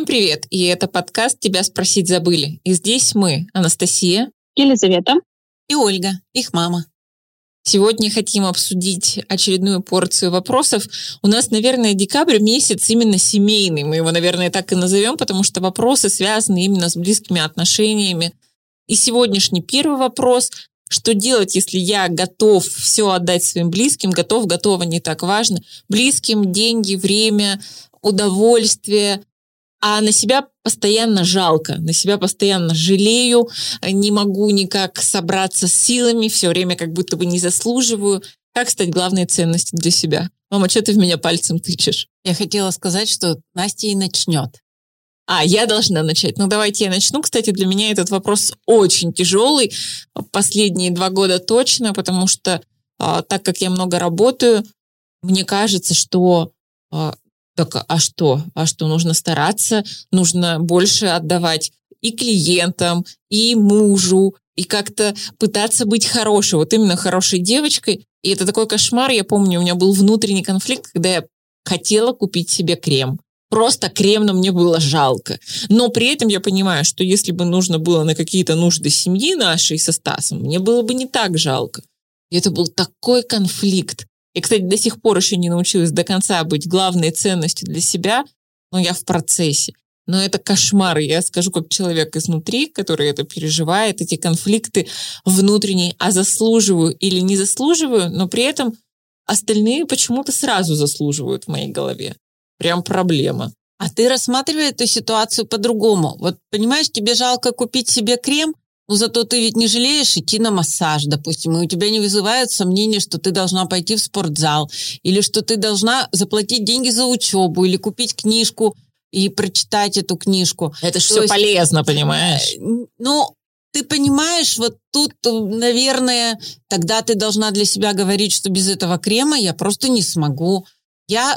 Всем привет! И это подкаст «Тебя спросить забыли». И здесь мы, Анастасия, Елизавета и Ольга, их мама. Сегодня хотим обсудить очередную порцию вопросов. У нас, наверное, декабрь месяц именно семейный. Мы его, наверное, так и назовем, потому что вопросы связаны именно с близкими отношениями. И сегодняшний первый вопрос. Что делать, если я готов все отдать своим близким? Готова, не так важно. Близким деньги, время, удовольствие. А на себя постоянно жалко, на себя постоянно жалею, не могу никак собраться с силами, все время как будто бы не заслуживаю. Как стать главной ценностью для себя? Мама, что ты в меня пальцем тычешь? Я хотела сказать, что Настя и начнет. Я должна начать. Ну, давайте я начну. Кстати, для меня этот вопрос очень тяжелый. Последние 2 года точно, потому что так как я много работаю, мне кажется, что... Так, что? Нужно стараться, нужно больше отдавать и клиентам, и мужу, и как-то пытаться быть хорошей, вот именно хорошей девочкой. И это такой кошмар. Я помню, у меня был внутренний конфликт, когда я хотела купить себе крем. Просто крем, но мне было жалко. Но при этом я понимаю, что если бы нужно было на какие-то нужды семьи нашей со Стасом, мне было бы не так жалко. И это был такой конфликт. Я, кстати, до сих пор еще не научилась до конца быть главной ценностью для себя, но я в процессе. Но это кошмар. Я скажу, как человек изнутри, который это переживает, эти конфликты внутренние, заслуживаю или не заслуживаю, но при этом остальные почему-то сразу заслуживают в моей голове. Прям проблема. А ты рассматривай эту ситуацию по-другому. Вот, понимаешь, тебе жалко купить себе крем, но зато ты ведь не жалеешь идти на массаж, допустим, и у тебя не вызывают сомнения, что ты должна пойти в спортзал, или что ты должна заплатить деньги за учебу, или купить книжку и прочитать эту книжку. Это же все полезно, понимаешь? Ну, ты понимаешь, вот тут, наверное, тогда ты должна для себя говорить, что без этого крема я просто не смогу. Я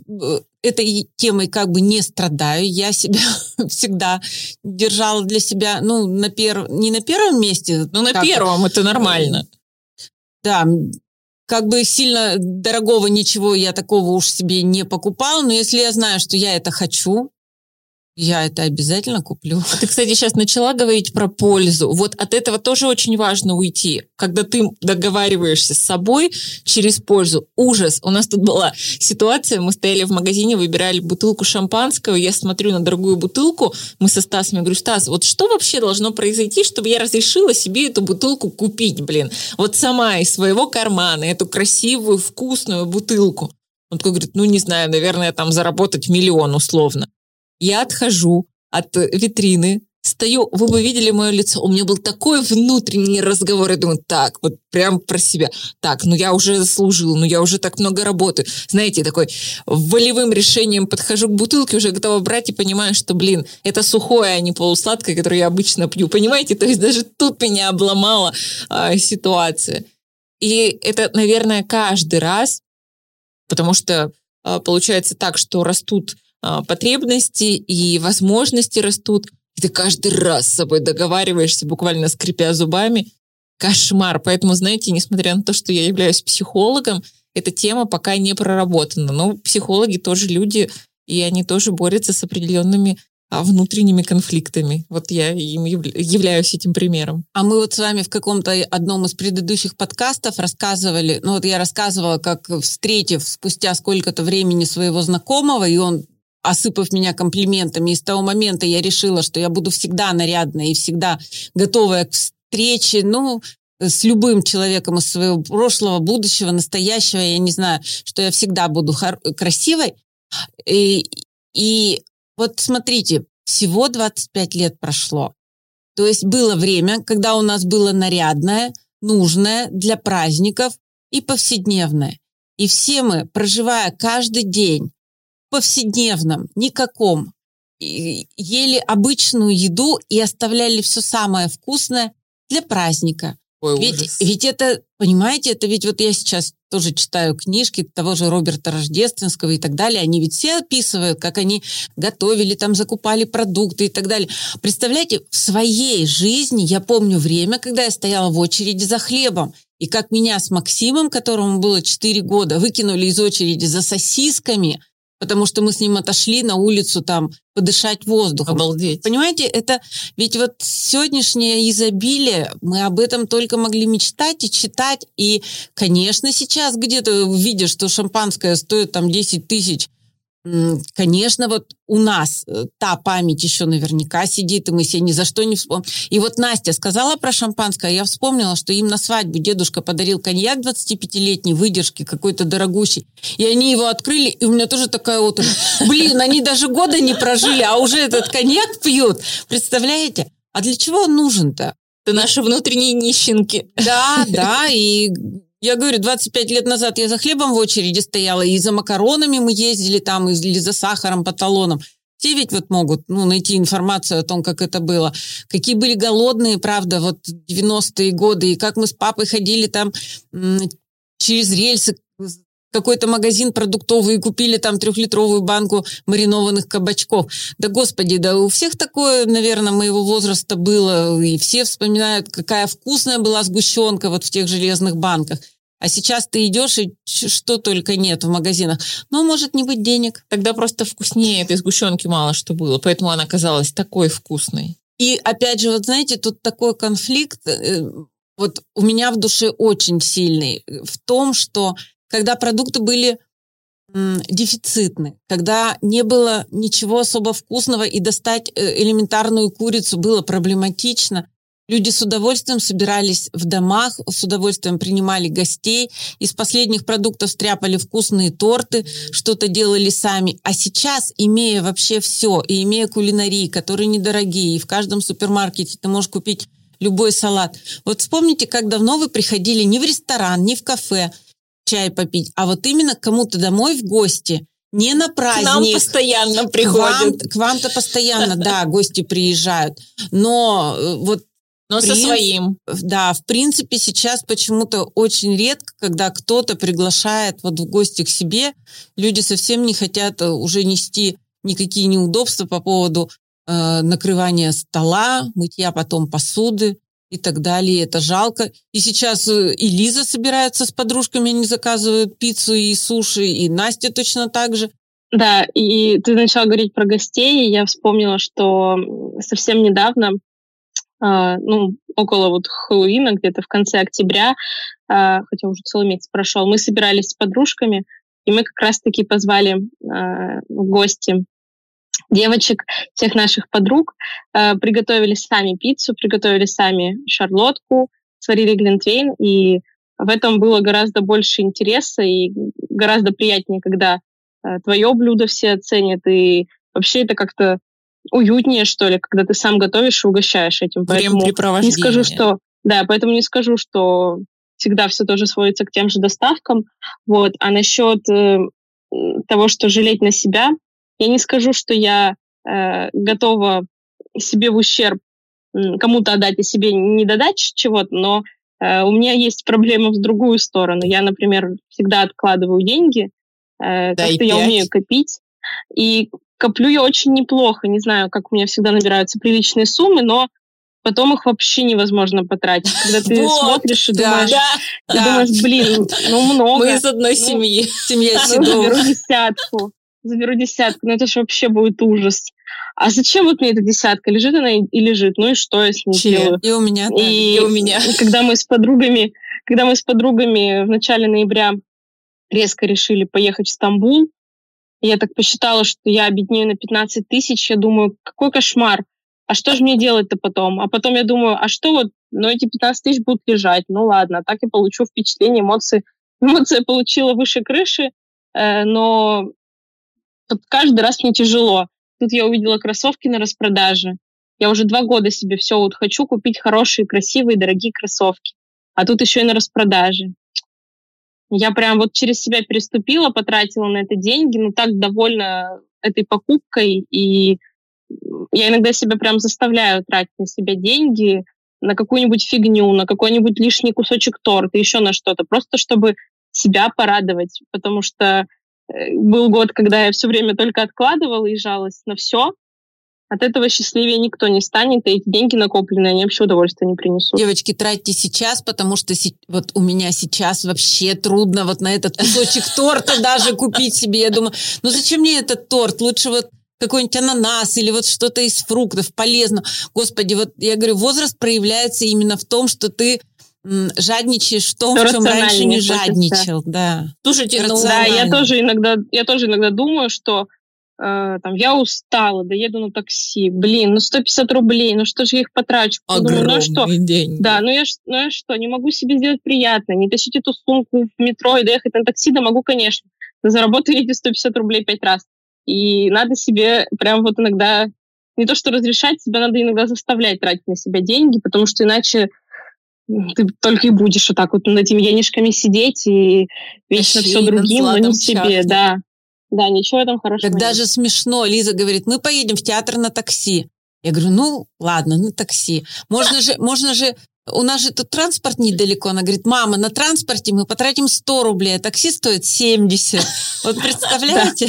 этой темой как бы не страдаю, я себя всегда держала для себя, не на первом месте. Ну, на первом, это нормально. Да, как бы сильно дорогого ничего я такого уж себе не покупала, но если я знаю, что я это хочу, я это обязательно куплю. Ты, кстати, сейчас начала говорить про пользу. Вот от этого тоже очень важно уйти. Когда ты договариваешься с собой через пользу. Ужас. У нас тут была ситуация, мы стояли в магазине, выбирали бутылку шампанского, я смотрю на дорогую бутылку, мы со Стасом, я говорю: Стас, вот что вообще должно произойти, чтобы я разрешила себе эту бутылку купить, вот сама из своего кармана, эту красивую, вкусную бутылку. Он такой говорит: не знаю, наверное, там заработать 1 миллион условно. Я отхожу от витрины, стою, вы бы видели мое лицо, у меня был такой внутренний разговор, я думаю, так, вот прям про себя, так, я уже заслужила, я уже так много работаю. Знаете, такой волевым решением подхожу к бутылке, уже готова брать и понимаю, что, это сухое, а не полусладкое, которое я обычно пью, понимаете? То есть даже тут меня обломала ситуация. И это, наверное, каждый раз, потому что получается так, что растут потребности и возможности растут, и ты каждый раз с собой договариваешься, буквально скрипя зубами. Кошмар. Поэтому, знаете, несмотря на то, что я являюсь психологом, эта тема пока не проработана. Но психологи тоже люди, и они тоже борются с определенными внутренними конфликтами. Вот я им являюсь этим примером. А мы вот с вами в каком-то одном из предыдущих подкастов рассказывали, я рассказывала, как, встретив спустя сколько-то времени своего знакомого, и он, осыпав меня комплиментами, и с того момента я решила, что я буду всегда нарядная и всегда готовая к встрече, с любым человеком из своего прошлого, будущего, настоящего, я не знаю, что я всегда буду красивой. И вот смотрите, всего 25 лет прошло. То есть было время, когда у нас было нарядное, нужное для праздников и повседневное. И все мы, проживая каждый день, повседневном, никаком, ели обычную еду и оставляли все самое вкусное для праздника. Ой, ведь это, понимаете, это ведь вот я сейчас тоже читаю книжки того же Роберта Рождественского и так далее, они ведь все описывают, как они готовили, там закупали продукты и так далее. Представляете, в своей жизни я помню время, когда я стояла в очереди за хлебом, и как меня с Максимом, которому было 4 года, выкинули из очереди за сосисками, потому что мы с ним отошли на улицу там подышать воздухом. Обалдеть. Понимаете, это ведь вот сегодняшнее изобилие, мы об этом только могли мечтать и читать, и, конечно, сейчас где-то видишь, что шампанское стоит там 10 тысяч. Конечно, вот у нас та память еще наверняка сидит, и мы себе ни за что не вспомним. И вот Настя сказала про шампанское, я вспомнила, что им на свадьбу дедушка подарил коньяк 25-летней выдержки, какой-то дорогущий, и они его открыли, и у меня тоже такая вот, блин, они даже года не прожили, а уже этот коньяк пьют. Представляете? А для чего он нужен-то? Это наши внутренние нищенки. Да, и... Я говорю, 25 лет назад я за хлебом в очереди стояла, и за макаронами мы ездили там, или за сахаром по талонам. Все ведь вот могут найти информацию о том, как это было. Какие были голодные, правда, вот 90-е годы, и как мы с папой ходили там через рельсы в какой-то магазин продуктовый и купили там 3-литровую банку маринованных кабачков. Да, господи, да у всех такое, наверное, моего возраста было, и все вспоминают, какая вкусная была сгущенка вот в тех железных банках. А сейчас ты идешь, и что только нет в магазинах. Но может не быть денег. Тогда просто вкуснее этой сгущенки мало что было, поэтому она казалась такой вкусной. И опять же, вот знаете, тут такой конфликт, вот у меня в душе очень сильный, в том, что когда продукты были дефицитны, когда не было ничего особо вкусного, и достать элементарную курицу было проблематично, люди с удовольствием собирались в домах, с удовольствием принимали гостей, из последних продуктов стряпали вкусные торты, что-то делали сами. А сейчас, имея вообще все, и имея кулинарии, которые недорогие, и в каждом супермаркете ты можешь купить любой салат. Вот вспомните, как давно вы приходили не в ресторан, не в кафе чай попить, а вот именно к кому-то домой в гости. Не на праздник. К нам постоянно приходят. К вам-то постоянно, да, гости приезжают. Но вот со своим. Да, в принципе, сейчас почему-то очень редко, когда кто-то приглашает вот в гости к себе, люди совсем не хотят уже нести никакие неудобства по поводу накрывания стола, мытья потом посуды и так далее. Это жалко. И сейчас и Лиза собирается с подружками, они заказывают пиццу и суши, и Настя точно так же. Да, и ты начала говорить про гостей, и я вспомнила, что совсем недавно, около вот Хэллоуина, где-то в конце октября, хотя уже целый месяц прошел, мы собирались с подружками, и мы как раз-таки позвали в гости девочек, всех наших подруг, приготовили сами пиццу, приготовили сами шарлотку, сварили глинтвейн, и в этом было гораздо больше интереса и гораздо приятнее, когда твое блюдо все оценят, и вообще это как-то уютнее, что ли, когда ты сам готовишь и угощаешь этим. Поэтому не скажу, что... Да, поэтому не скажу, что всегда все тоже сводится к тем же доставкам. Вот. А насчет того, что жалеть на себя, я не скажу, что я готова себе в ущерб кому-то отдать, и себе не додать чего-то, но у меня есть проблема в другую сторону. Я, например, всегда откладываю деньги, как-то я умею копить, и коплю я очень неплохо. Не знаю, как у меня всегда набираются приличные суммы, но потом их вообще невозможно потратить. Когда ты смотришь и думаешь, блин, много. Мы из одной семьи. Семья Седова. Заберу десятку, но это же вообще будет ужас. А зачем вот мне эта десятка? Лежит она и лежит. Ну и что я с ней делаю? И у меня, да. И у меня. Когда мы с подругами в начале ноября резко решили поехать в Стамбул, я так посчитала, что я обеднею на 15 тысяч. Я думаю, какой кошмар. А что же мне делать-то потом? А потом я думаю, а что вот, эти 15 тысяч будут лежать. Ну ладно, так я получу впечатление, эмоции я получила выше крыши, но каждый раз мне тяжело. Тут я увидела кроссовки на распродаже. Я уже 2 года себе все вот хочу купить хорошие, красивые, дорогие кроссовки. А тут еще и на распродаже. Я прям вот через себя переступила, потратила на это деньги, так довольна этой покупкой, и я иногда себя прям заставляю тратить на себя деньги, на какую-нибудь фигню, на какой-нибудь лишний кусочек торта, еще на что-то, просто чтобы себя порадовать, потому что был год, когда я все время только откладывала и жалась на все, от этого счастливее никто не станет, и эти деньги накопленные, они вообще удовольствия не принесут. Девочки, тратьте сейчас, потому что вот у меня сейчас вообще трудно вот на этот кусочек торта даже купить себе. Я думаю, ну зачем мне этот торт? Лучше вот какой-нибудь ананас или вот что-то из фруктов полезно. Господи, вот я говорю, возраст проявляется именно в том, что ты жадничаешь в том, в чем раньше не жадничал. Да. Слушайте, да, я тоже иногда думаю, что там, я устала, доеду на такси, 150 рублей, ну что же я их потрачу? Огромные думаю, что? деньги. Да, я что, не могу себе сделать приятно, не тащить эту сумку в метро и доехать на такси, да могу, конечно, заработаю эти 150 рублей 5 раз. И надо себе прям вот иногда, не то что разрешать, себя надо иногда заставлять тратить на себя деньги, потому что иначе ты только и будешь вот так вот над этими денежками сидеть и вечно все другим, но не себе, да. Да, ничего в этом хорошего так нет. Даже смешно. Лиза говорит, мы поедем в театр на такси. Я говорю, ну, ладно, на такси. Можно же, у нас же тут транспорт недалеко. Она говорит, мама, на транспорте мы потратим 100 рублей, а такси стоит 70. Вот представляете?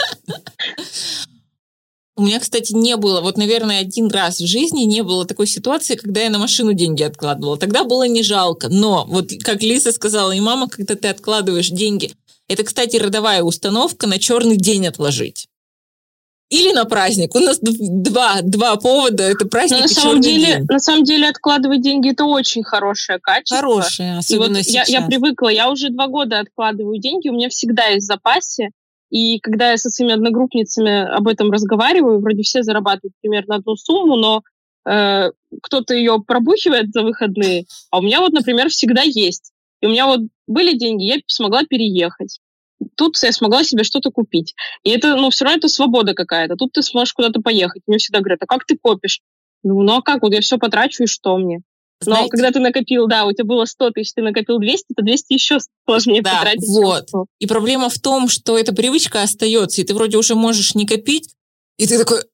У меня, кстати, не было, вот, наверное, один раз в жизни не было такой ситуации, когда я на машину деньги откладывала. Тогда было не жалко. Но, вот как Лиза сказала, и мама, когда ты откладываешь деньги, это, кстати, родовая установка на черный день отложить. Или на праздник. У нас два повода. Это праздник и черный день. На самом деле откладывать деньги – это очень хорошее качество. Хорошее, особенно вот сейчас. Я привыкла, я уже 2 года откладываю деньги, у меня всегда есть в запасе. И когда я со своими одногруппницами об этом разговариваю, вроде все зарабатывают примерно одну сумму, но кто-то ее пробухивает за выходные, а у меня вот, например, всегда есть. И у меня вот были деньги, я смогла переехать. Тут я смогла себе что-то купить. И это, все равно это свобода какая-то. Тут ты сможешь куда-то поехать. Мне всегда говорят, а как ты копишь? Ну а как? Вот я все потрачу, и что мне? Но знаете, когда ты накопил, да, у тебя было 100 тысяч, ты накопил 200, то 200 еще сложнее потратить. Вот. И проблема в том, что эта привычка остается, и ты вроде уже можешь не копить, и ты такой...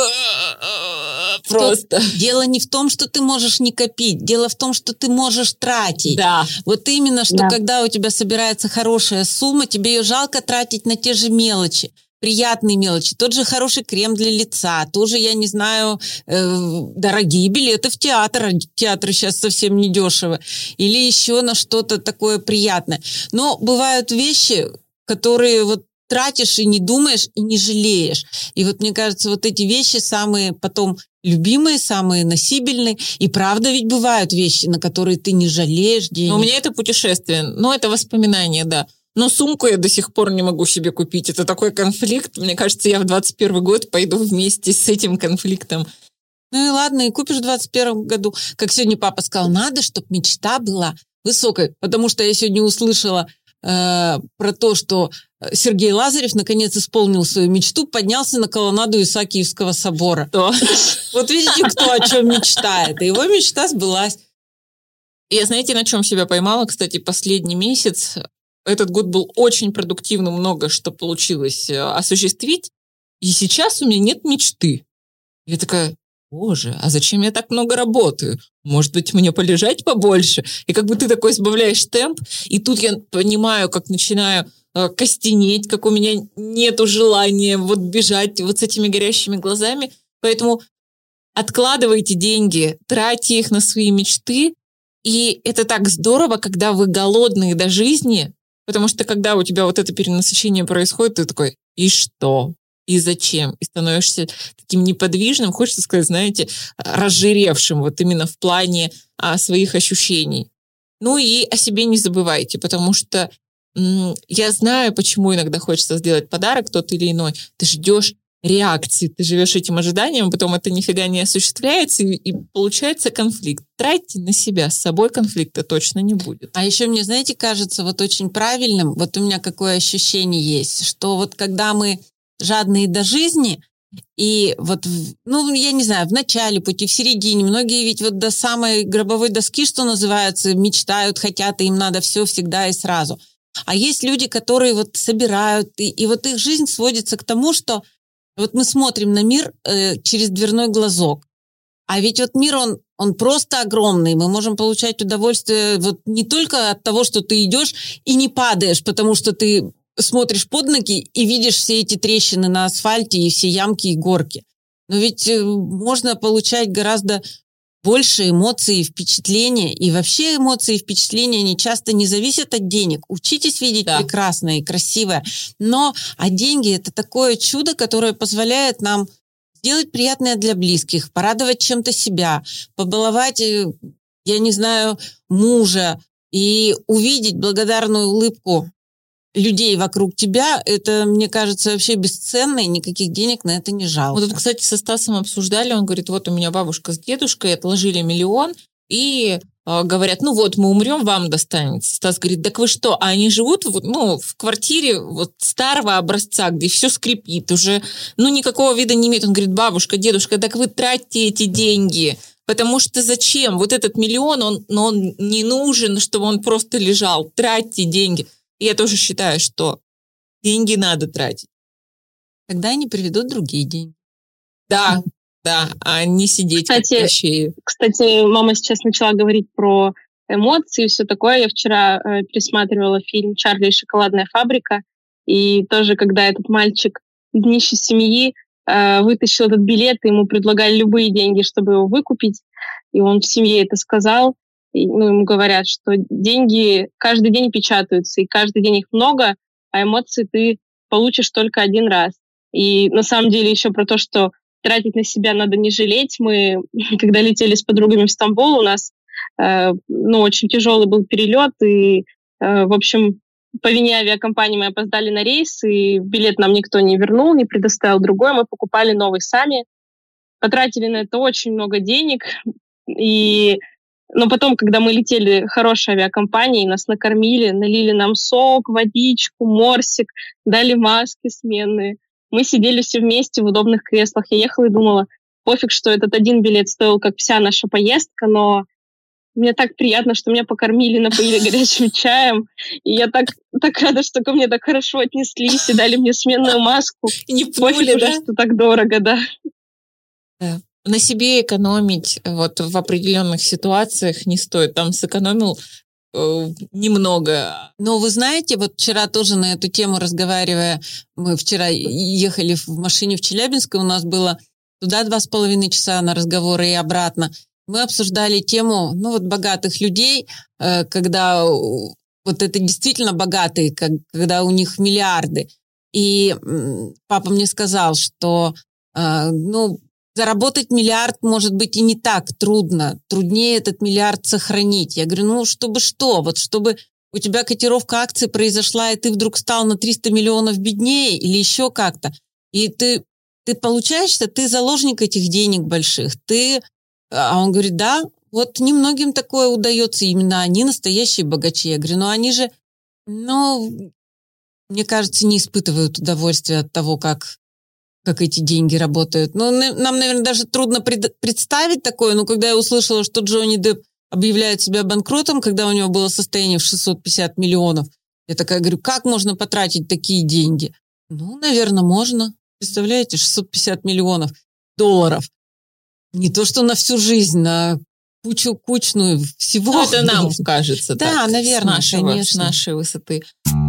Просто. Дело не в том, что ты можешь не копить, дело в том, что ты можешь тратить. Да. Вот именно, что когда у тебя собирается хорошая сумма, тебе ее жалко тратить на те же мелочи. Приятные мелочи, тот же хороший крем для лица, тоже, я не знаю, дорогие билеты в театр, театры сейчас совсем недешево, или еще на что-то такое приятное. Но бывают вещи, которые вот тратишь и не думаешь, и не жалеешь. И вот мне кажется, вот эти вещи самые потом любимые, самые носибельные. И правда ведь бывают вещи, на которые ты не жалеешь денег. Но у меня это путешествие, это воспоминания, да. Но сумку я до сих пор не могу себе купить. Это такой конфликт. Мне кажется, я в 21 год пойду вместе с этим конфликтом. Ну и ладно, и купишь в 21 году. Как сегодня папа сказал, надо, чтобы мечта была высокой. Потому что я сегодня услышала про то, что Сергей Лазарев наконец исполнил свою мечту, поднялся на колоннаду Исаакиевского собора. Вот видите, кто о чем мечтает. И его мечта сбылась. Я, знаете, на чем себя поймала? Кстати, последний месяц... Этот год был очень продуктивным, много что получилось осуществить. И сейчас у меня нет мечты. Я такая, боже, а зачем я так много работаю? Может быть, мне полежать побольше? И как бы ты такой сбавляешь темп, и тут я понимаю, как начинаю костенеть, как у меня нету желания вот бежать вот с этими горящими глазами. Поэтому откладывайте деньги, тратьте их на свои мечты. И это так здорово, когда вы голодные до жизни, потому что когда у тебя вот это перенасыщение происходит, ты такой, и что? И зачем? И становишься таким неподвижным, хочется сказать, знаете, разжиревшим вот именно в плане своих ощущений. Ну и о себе не забывайте, потому что я знаю, почему иногда хочется сделать подарок тот или иной. Ты ждешь реакции, ты живешь этим ожиданием, потом это нифига не осуществляется, и получается конфликт. Тратьте на себя, с собой конфликта точно не будет. А еще мне, знаете, кажется вот очень правильным, вот у меня какое ощущение есть, что вот когда мы жадные до жизни, и вот, я не знаю, в начале пути, в середине, многие ведь вот до самой гробовой доски, что называется, мечтают, хотят, и им надо все всегда и сразу. А есть люди, которые вот собирают, и вот их жизнь сводится к тому, что вот мы смотрим на мир через дверной глазок. А ведь вот мир, он просто огромный. Мы можем получать удовольствие вот не только от того, что ты идешь и не падаешь, потому что ты смотришь под ноги и видишь все эти трещины на асфальте и все ямки и горки. Но ведь можно получать гораздо больше эмоций и впечатления. И вообще эмоции и впечатления, они часто не зависят от денег. Учитесь видеть прекрасное и красивое. А деньги – это такое чудо, которое позволяет нам сделать приятное для близких, порадовать чем-то себя, побаловать, я не знаю, мужа и увидеть благодарную улыбку людей вокруг тебя, это, мне кажется, вообще бесценно, и никаких денег на это не жалко. Вот тут, кстати, со Стасом обсуждали, он говорит, вот у меня бабушка с дедушкой отложили 1 миллион, и говорят, ну вот, мы умрем, вам достанется. Стас говорит, так вы что, а они живут в квартире старого образца, где все скрипит, уже никакого вида не имеет. Он говорит, бабушка, дедушка, так вы тратьте эти деньги, потому что зачем? Вот этот 1 миллион, он не нужен, чтобы он просто лежал, тратьте деньги. И я тоже считаю, что деньги надо тратить. Тогда они приведут другие деньги. Да, а не сидеть как кощеи. Кстати, мама сейчас начала говорить про эмоции и все такое. Я вчера пересматривала фильм «Чарли и шоколадная фабрика». И тоже, когда этот мальчик из нищей семьи вытащил этот билет, и ему предлагали любые деньги, чтобы его выкупить, и он в семье это сказал, ему говорят, что деньги каждый день печатаются, и каждый день их много, а эмоции ты получишь только один раз. И на самом деле еще про то, что тратить на себя надо не жалеть. Мы, когда летели с подругами в Стамбул, у нас очень тяжелый был перелет, и, в общем, по вине авиакомпании мы опоздали на рейс, и билет нам никто не вернул, не предоставил другой, мы покупали новый сами. Потратили на это очень много денег, но потом, когда мы летели хорошей авиакомпанией, нас накормили, налили нам сок, водичку, морсик, дали маски сменные. Мы сидели все вместе в удобных креслах. Я ехала и думала, пофиг, что этот один билет стоил, как вся наша поездка, но мне так приятно, что меня покормили, напоили горячим чаем. И я так рада, что ко мне так хорошо отнеслись и дали мне сменную маску. И не пнули, да? Что так дорого, да. Да. На себе экономить в определенных ситуациях не стоит. Там сэкономил немного. Но вы знаете, вчера тоже на эту тему разговаривая, мы вчера ехали в машине в Челябинск, и у нас было туда 2,5 часа на разговоры и обратно. Мы обсуждали тему, богатых людей, когда это действительно богатые, когда у них миллиарды. И папа мне сказал, что заработать миллиард может быть и не так трудно. Труднее этот миллиард сохранить. Я говорю, чтобы что? Чтобы у тебя котировка акций произошла, и ты вдруг стал на 300 миллионов беднее или еще как-то. И ты получаешься, ты заложник этих денег больших. А он говорит, да, немногим такое удается. Именно они настоящие богачи. Я говорю, они же, мне кажется, не испытывают удовольствия от того, как эти деньги работают. Нам, наверное, даже трудно представить такое, когда я услышала, что Джонни Депп объявляет себя банкротом, когда у него было состояние в 650 миллионов, я такая говорю, как можно потратить такие деньги? Наверное, можно. Представляете, 650 миллионов долларов. Не то, что на всю жизнь, на кучную всего. Это нам кажется так. Да, наверное, конечно. С нашей высоты.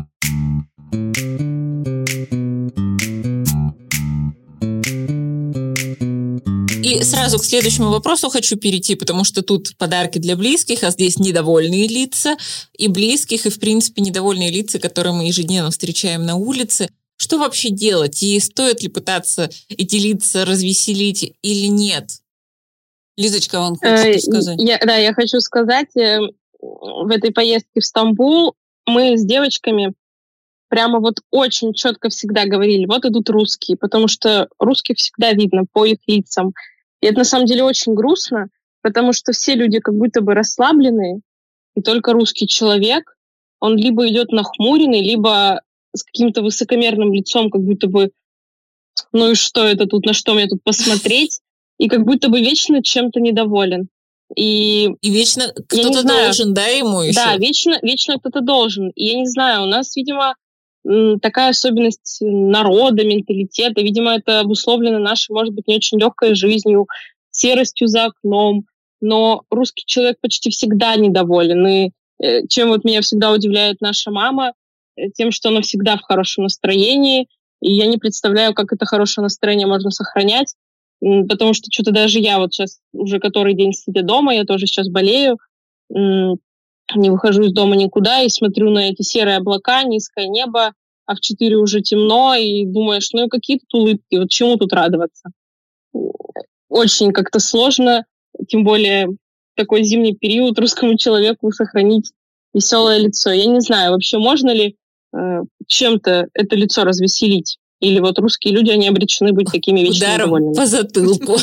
И сразу к следующему вопросу хочу перейти, потому что тут подарки для близких, а здесь недовольные лица и близких, и, в принципе, недовольные лица, которые мы ежедневно встречаем на улице. Что вообще делать? И стоит ли пытаться эти лица развеселить или нет? Лизочка, вам хочет сказать? Я хочу сказать, в этой поездке в Стамбул мы с девочками прямо очень четко всегда говорили, идут русские, потому что русских всегда видно по их лицам. И это на самом деле очень грустно, потому что все люди как будто бы расслабленные, и только русский человек, он либо идет нахмуренный, либо с каким-то высокомерным лицом, как будто бы, и что это тут, на что мне тут посмотреть, и как будто бы вечно чем-то недоволен. И вечно кто-то должен, да, ему еще? Да, вечно кто-то должен. И я не знаю, у нас, видимо, такая особенность народа, менталитета. Видимо, это обусловлено нашей, может быть, не очень легкой жизнью, серостью за окном. Но русский человек почти всегда недоволен. И чем меня всегда удивляет наша мама, тем, что она всегда в хорошем настроении. И я не представляю, как это хорошее настроение можно сохранять. потому что что-то даже я вот сейчас уже который день сидя дома, я тоже сейчас болею, не выхожу из дома никуда и смотрю на эти серые облака, низкое небо, а в 4 уже темно, и думаешь, ну и какие тут улыбки, вот чему тут радоваться? Очень как-то сложно, тем более в такой зимний период русскому человеку сохранить веселое лицо. Я не знаю, вообще можно ли чем-то это лицо развеселить? Или вот русские люди, они обречены быть такими вечно недовольными? Ударом по затылку.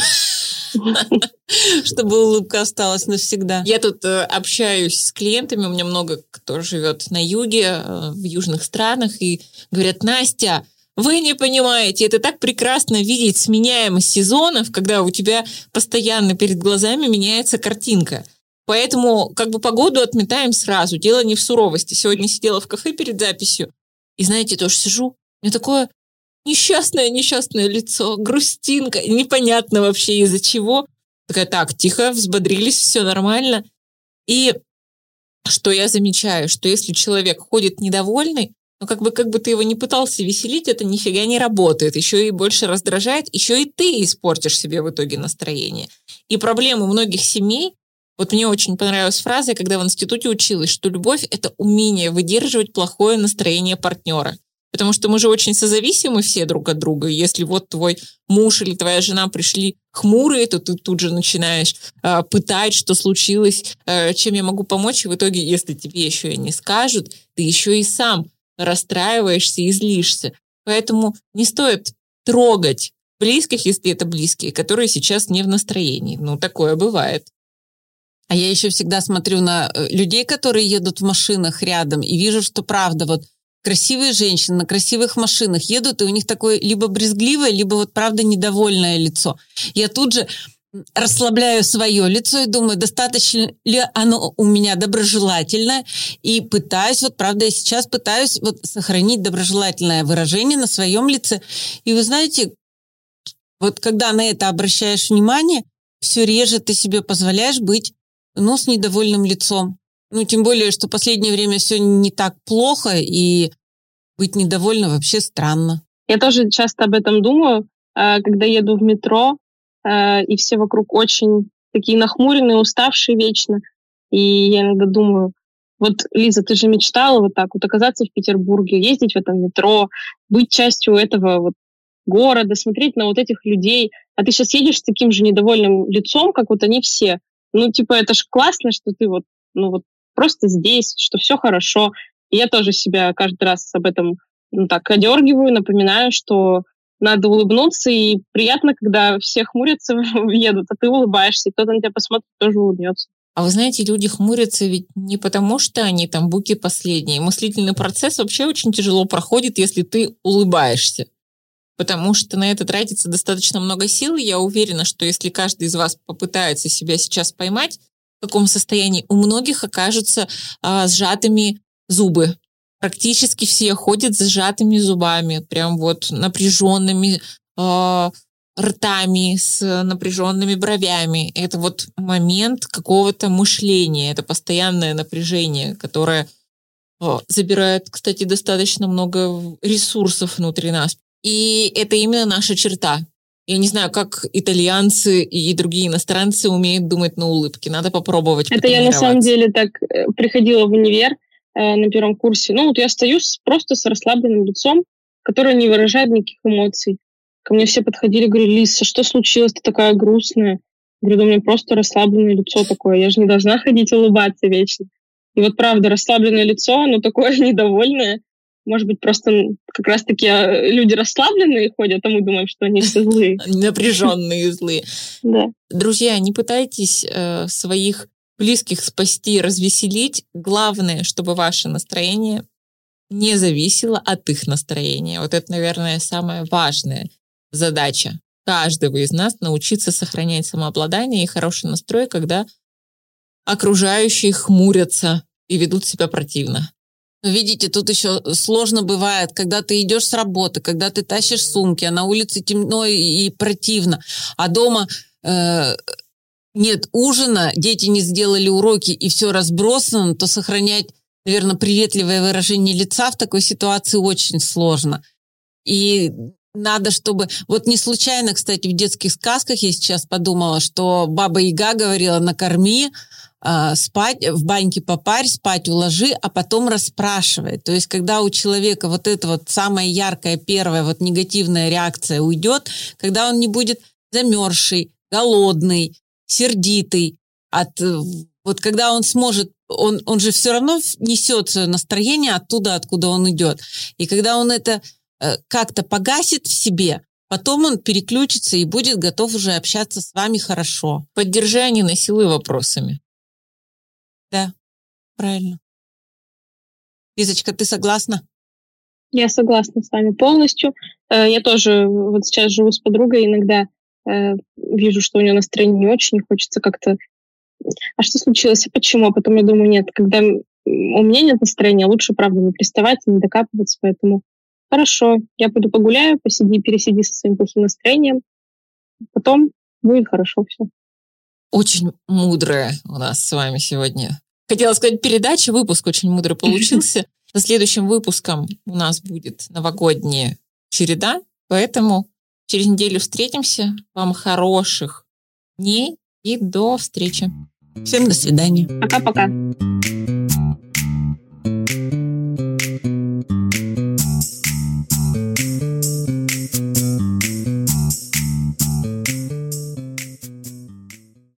Чтобы улыбка осталась навсегда. Я тут общаюсь с клиентами, у меня много кто живет на юге, в южных странах, и говорят: Настя, вы не понимаете, это так прекрасно видеть сменяемость сезонов, когда у тебя постоянно перед глазами меняется картинка. Поэтому как бы погоду отметаем сразу, дело не в суровости. Сегодня сидела в кафе перед записью, и, знаете, тоже сижу, у меня такое несчастное лицо, грустинка, непонятно вообще из-за чего. Такая: так, тихо, взбодрились, все нормально. И что я замечаю, что если человек ходит недовольный, ну как бы ты его не пытался веселить, это нифига не работает, еще и больше раздражает, еще и ты испортишь себе в итоге настроение. И проблема многих семей, вот мне очень понравилась фраза, когда в институте училась, что любовь – это умение выдерживать плохое настроение партнера. Потому что мы же очень созависимы все друг от друга. Если вот твой муж или твоя жена пришли хмурые, то ты тут же начинаешь пытать, что случилось, чем я могу помочь. И в итоге, если тебе еще и не скажут, ты еще и сам расстраиваешься и злишься. Поэтому не стоит трогать близких, если это близкие, которые сейчас не в настроении. Ну, такое бывает. А я еще всегда смотрю на людей, которые едут в машинах рядом, и вижу, что правда, вот красивые женщины на красивых машинах едут, и у них такое либо брезгливое, либо вот правда недовольное лицо. Я тут же расслабляю свое лицо и думаю, достаточно ли оно у меня доброжелательное, и пытаюсь, вот правда, я сейчас пытаюсь вот сохранить доброжелательное выражение на своем лице. И вы знаете, вот когда на это обращаешь внимание, все реже ты себе позволяешь быть, ну, с недовольным лицом. Ну, тем более, что в последнее время все не так плохо, и быть недовольным вообще странно. Я тоже часто об этом думаю, когда еду в метро, и все вокруг очень такие нахмуренные, уставшие вечно. И я иногда думаю, вот, Лиза, ты же мечтала вот так вот оказаться в Петербурге, ездить в этом метро, быть частью этого вот города, смотреть на вот этих людей. А ты сейчас едешь с таким же недовольным лицом, как вот они все. Ну, типа, это ж классно, что ты вот, ну, вот просто здесь, что все хорошо. И я тоже себя каждый раз об этом так одергиваю, напоминаю, что надо улыбнуться, и приятно, когда все хмурятся, едут, а ты улыбаешься, и кто-то на тебя посмотрит, тоже улыбнется. А вы знаете, люди хмурятся ведь не потому, что они там буки последние. Мыслительный процесс вообще очень тяжело проходит, если ты улыбаешься. Потому что на это тратится достаточно много сил. Я уверена, что если каждый из вас попытается себя сейчас поймать, в каком состоянии у многих окажутся сжатыми зубы. Практически все ходят с сжатыми зубами, прям вот напряженными ртами, с напряженными бровями. Это вот момент какого-то мышления, это постоянное напряжение, которое забирает, кстати, достаточно много ресурсов внутри нас. И это именно наша черта. Я не знаю, как итальянцы и другие иностранцы умеют думать на улыбке. Надо попробовать. Это я на самом деле так приходила в универ на первом курсе. Ну вот я стою просто с расслабленным лицом, которое не выражает никаких эмоций. Ко мне все подходили, говорили: Лиса, что случилось? Ты такая грустная. Говорю: да у меня просто расслабленное лицо такое. Я же не должна ходить улыбаться вечно. И вот правда, расслабленное лицо, оно такое недовольное. Может быть, просто как раз-таки люди расслабленные ходят, а мы думаем, что они все злые. Напряженные злые. Да. Друзья, не пытайтесь своих близких спасти, развеселить. Главное, чтобы ваше настроение не зависело от их настроения. Вот это, наверное, самая важная задача каждого из нас — научиться сохранять самообладание и хороший настрой, когда окружающие хмурятся и ведут себя противно. Видите, тут еще сложно бывает, когда ты идешь с работы, когда ты тащишь сумки, а на улице темно и противно, а дома нет ужина, дети не сделали уроки и все разбросано, то сохранять, наверное, приветливое выражение лица в такой ситуации очень сложно. И Надо, чтобы... Вот не случайно, кстати, в детских сказках я сейчас подумала, что Баба Яга говорила: накорми, спать, в баньке попарь, спать уложи, а потом расспрашивай. То есть, когда у человека вот эта вот самая яркая первая вот негативная реакция уйдет, когда он не будет замерзший, голодный, сердитый, вот когда он сможет, он же все равно несет свое настроение оттуда, откуда он идет. И когда он это как-то погасит в себе, потом он переключится и будет готов уже общаться с вами хорошо. Поддержи, а не насилуй вопросами. Да, правильно. Лизочка, ты согласна? Я согласна с вами полностью. Я тоже вот сейчас живу с подругой, иногда вижу, что у нее настроение не очень, хочется как-то... А что случилось? А почему? А потом я думаю, нет, когда у меня нет настроения, лучше, правда, не приставать, не докапываться, поэтому хорошо, я пойду погуляю, пересиди со своим плохим настроением, потом будет хорошо все. Очень мудрая у нас с вами сегодня. Хотела сказать, передача, выпуск очень мудрый получился. За следующим выпуском у нас будет новогодняя череда, поэтому через неделю встретимся. Вам хороших дней и до встречи. Всем до свидания. Пока-пока.